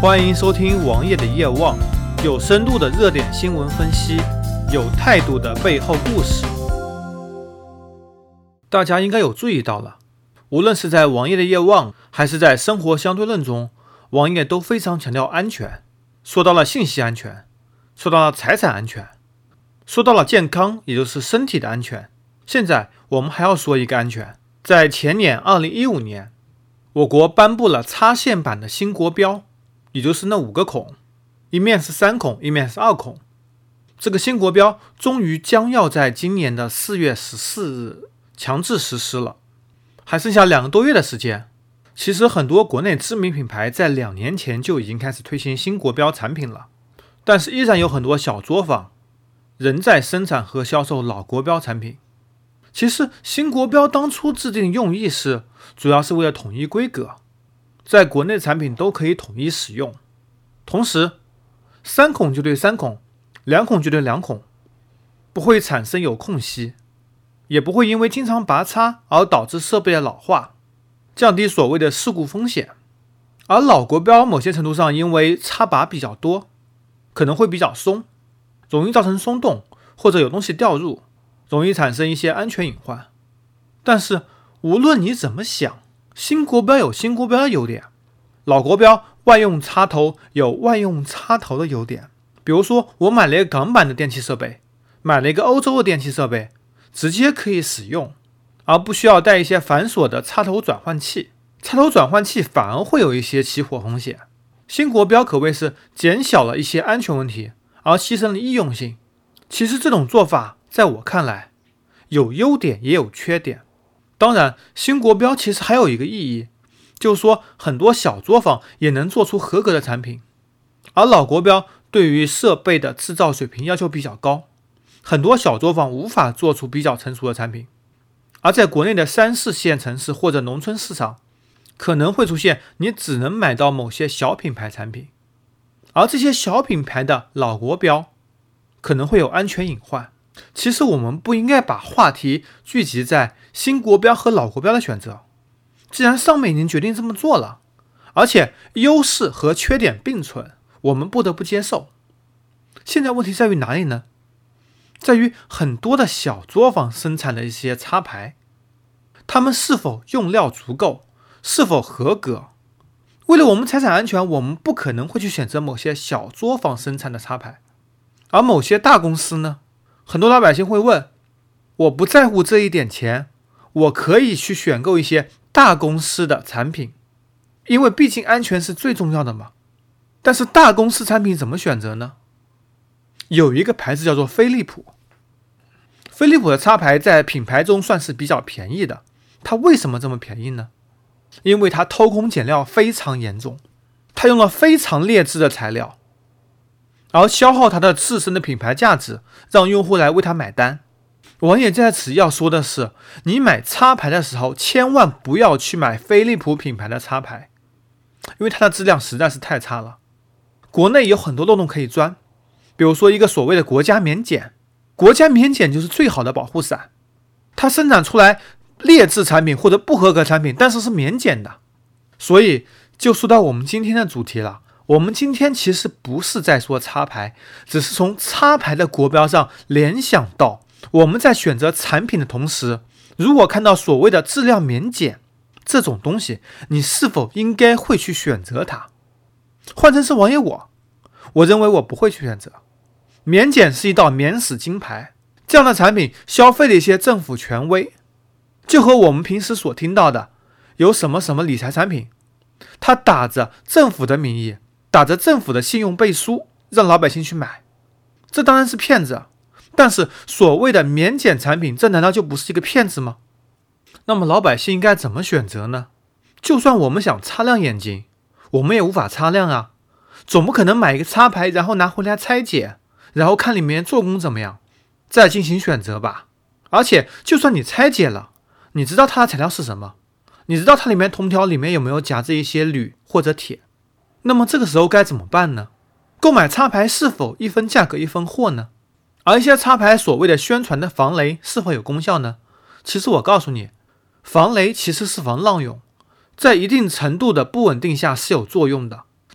欢迎收听王爷的夜望，有深度的热点新闻分析，有态度的背后故事。大家应该有注意到了，无论是在王爷的夜望，还是在生活相对论中，王爷都非常强调安全。说到了信息安全，说到了财产安全，说到了健康，也就是身体的安全。现在我们还要说一个安全。在前年2015年，我国颁布了插线版的新国标，也就是那5个孔，一面是3孔，一面是2孔。这个新国标终于将要在今年的4月14日强制实施了，还剩下2个多月的时间。其实很多国内知名品牌在2年前就已经开始推行新国标产品了，但是依然有很多小作坊仍在生产和销售老国标产品。其实新国标当初制定用意是主要是为了统一规格，在国内产品都可以统一使用。同时3孔就对3孔，2孔就对2孔，不会产生有空隙，也不会因为经常拔插而导致设备的老化，降低所谓的事故风险。而老国标某些程度上因为插拔比较多，可能会比较松，容易造成松动，或者有东西掉入，容易产生一些安全隐患。但是无论你怎么想，新国标有新国标的优点，老国标外用插头有外用插头的优点。比如说我买了一个港版的电器设备，买了一个欧洲的电器设备，直接可以使用，而不需要带一些繁琐的插头转换器。插头转换器反而会有一些起火风险。新国标可谓是减小了一些安全问题，而牺牲了易用性。其实这种做法在我看来有优点也有缺点。当然新国标其实还有一个意义，就是说很多小作坊也能做出合格的产品，而老国标对于设备的制造水平要求比较高，很多小作坊无法做出比较成熟的产品。而在国内的3、4线城市或者农村市场，可能会出现你只能买到某些小品牌产品，而这些小品牌的老国标可能会有安全隐患。其实我们不应该把话题聚集在新国标和老国标的选择，既然上面已经决定这么做了，而且优势和缺点并存，我们不得不接受。现在问题在于哪里呢？在于很多的小作坊生产的一些插排，他们是否用料足够，是否合格。为了我们财产安全，我们不可能会去选择某些小作坊生产的插排。而某些大公司呢，很多老百姓会问，我不在乎这一点钱，我可以去选购一些大公司的产品，因为毕竟安全是最重要的嘛。但是大公司产品怎么选择呢？有一个牌子叫做飞利浦，飞利浦的插排在品牌中算是比较便宜的。它为什么这么便宜呢？因为它偷工减料非常严重，它用了非常劣质的材料，而消耗它的自身的品牌价值，让用户来为它买单。王爷在此要说的是，你买插排的时候千万不要去买飞利浦品牌的插排，因为它的质量实在是太差了。国内有很多漏洞可以钻，比如说一个所谓的国家免检，国家免检就是最好的保护伞，它生产出来劣质产品或者不合格产品，但是是免检的。所以就说到我们今天的主题了，我们今天其实不是在说插排，只是从插排的国标上联想到我们在选择产品的同时，如果看到所谓的质量免检这种东西，你是否应该会去选择它？换成是王爷我认为我不会去选择。免检是一道免死金牌，这样的产品消费了一些政府权威，就和我们平时所听到的有什么什么理财产品，它打着政府的名义，打着政府的信用背书，让老百姓去买，这当然是骗子。但是所谓的免检产品，这难道就不是一个骗子吗？那么老百姓应该怎么选择呢？就算我们想擦亮眼睛，我们也无法擦亮啊，总不可能买一个插排然后拿回来拆解，然后看里面做工怎么样，再进行选择吧。而且就算你拆解了，你知道它的材料是什么，你知道它里面铜条里面有没有夹着一些铝或者铁，那么这个时候该怎么办呢？购买插排是否一分价格一分货呢？而一些插排所谓的宣传的防雷是否有功效呢？其实我告诉你，防雷其实是防浪涌，在一定程度的不稳定下是有作用的，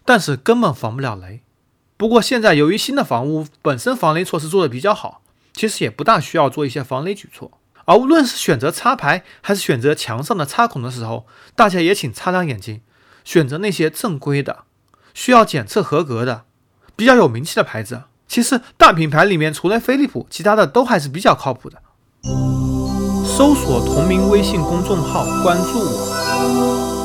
但是根本防不了雷。不过现在由于新的房屋本身防雷措施做得比较好，其实也不大需要做一些防雷举措。而无论是选择插排还是选择墙上的插孔的时候，大家也请擦亮眼睛，选择那些正规的、需要检测合格的、比较有名气的牌子。其实大品牌里面除了飞利浦，其他的都还是比较靠谱的。搜索同名微信公众号，关注我。